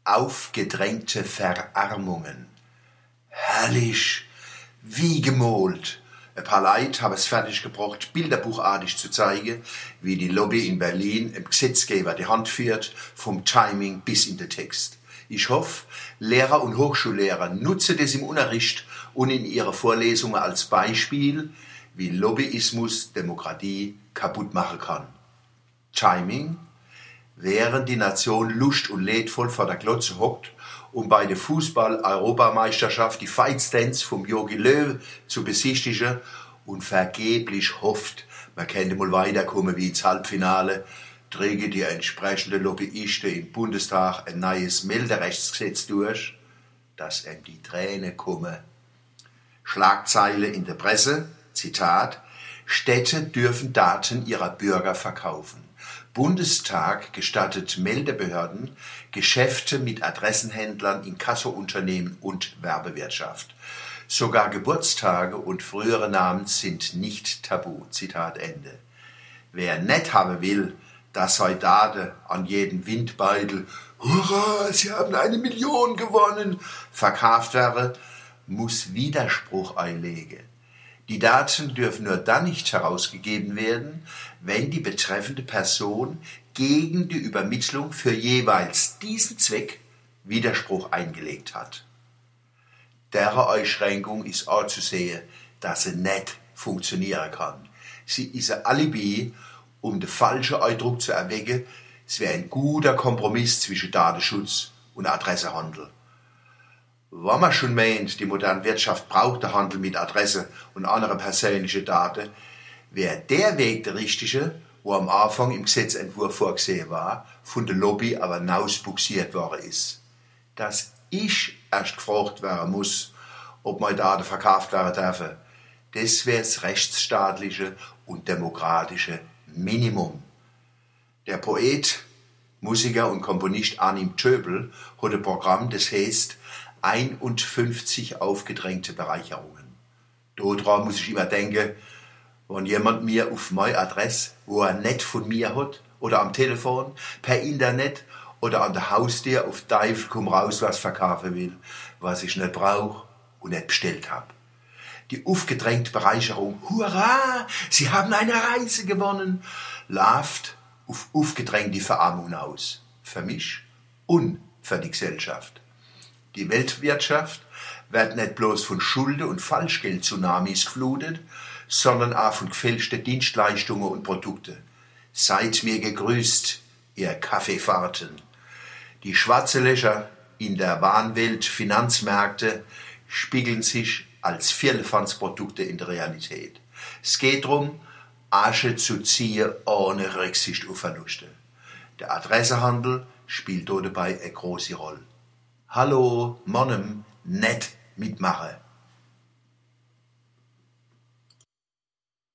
Aufgedrängte Verarmungen. Herrlich, wie gemalt. Ein paar Leute haben es fertiggebracht, bilderbuchartig zu zeigen, wie die Lobby in Berlin im Gesetzgeber die Hand führt, vom Timing bis in den Text. Ich hoffe, Lehrer und Hochschullehrer nutzen das im Unterricht und in ihren Vorlesungen als Beispiel, wie Lobbyismus Demokratie kaputt machen kann. Timing: während die Nation lust- und leidvoll vor der Glotze hockt, um bei der Fußball-Europameisterschaft die Fightstands vom Jogi Löw zu besichtigen und vergeblich hofft, man könnte mal weiterkommen wie ins Halbfinale, träge die entsprechenden Lobbyisten im Bundestag ein neues Melderechtsgesetz durch, dass ihm die Tränen kommen. Schlagzeile in der Presse, Zitat: Städte dürfen Daten ihrer Bürger verkaufen. Bundestag gestattet Meldebehörden Geschäfte mit Adressenhändlern, Inkassounternehmen und Werbewirtschaft. Sogar Geburtstage und frühere Namen sind nicht tabu. Zitat Ende. Wer nicht haben will, dass heute Daten an jeden Windbeutel "Hurra, Sie haben 1 Million gewonnen" verkauft werden, muss Widerspruch einlegen. Die Daten dürfen nur dann nicht herausgegeben werden, wenn die betreffende Person gegen die Übermittlung für jeweils diesen Zweck Widerspruch eingelegt hat. Deren Einschränkung ist auch zu sehen, dass sie nicht funktionieren kann. Sie ist ein Alibi, um den falschen Eindruck zu erwecken, es wäre ein guter Kompromiss zwischen Datenschutz und Adressehandel. Wenn man schon meint, die moderne Wirtschaft braucht den Handel mit Adresse und anderen persönlichen Daten, wäre der Weg der richtige, wo am Anfang im Gesetzentwurf vorgesehen war, von der Lobby aber hinausbuxiert worden ist. Dass ich erst gefragt werden muss, ob meine Daten verkauft werden dürfen, das wäre das rechtsstaatliche und demokratische Minimum. Der Poet, Musiker und Komponist Arnim Töbel hat ein Programm, das heißt 51 aufgedrängte Bereicherungen. Daran muss ich immer denken, wenn jemand mir auf meine Adresse, wo er nicht von mir hat, oder am Telefon, per Internet oder an der Haustür auf Teufel komm raus was verkaufen will, was ich nicht brauche und nicht bestellt habe. Die aufgedrängte Bereicherung, hurra, Sie haben eine Reise gewonnen, läuft auf aufgedrängte Verarmung aus. Für mich und für die Gesellschaft. Die Weltwirtschaft wird nicht bloß von Schulden- und Falschgeld-Tsunamis geflutet, sondern auch von gefälschten Dienstleistungen und Produkten. Seid mir gegrüßt, ihr Kaffeefahrten. Die schwarzen Löcher in der Wahnwelt Finanzmärkte spiegeln sich als Firlefanzprodukte in der Realität. Es geht darum, Asche zu ziehen ohne Rücksicht auf Verluste. Der Adressehandel spielt dabei eine große Rolle. Hallo, Monem, nicht mitmachen.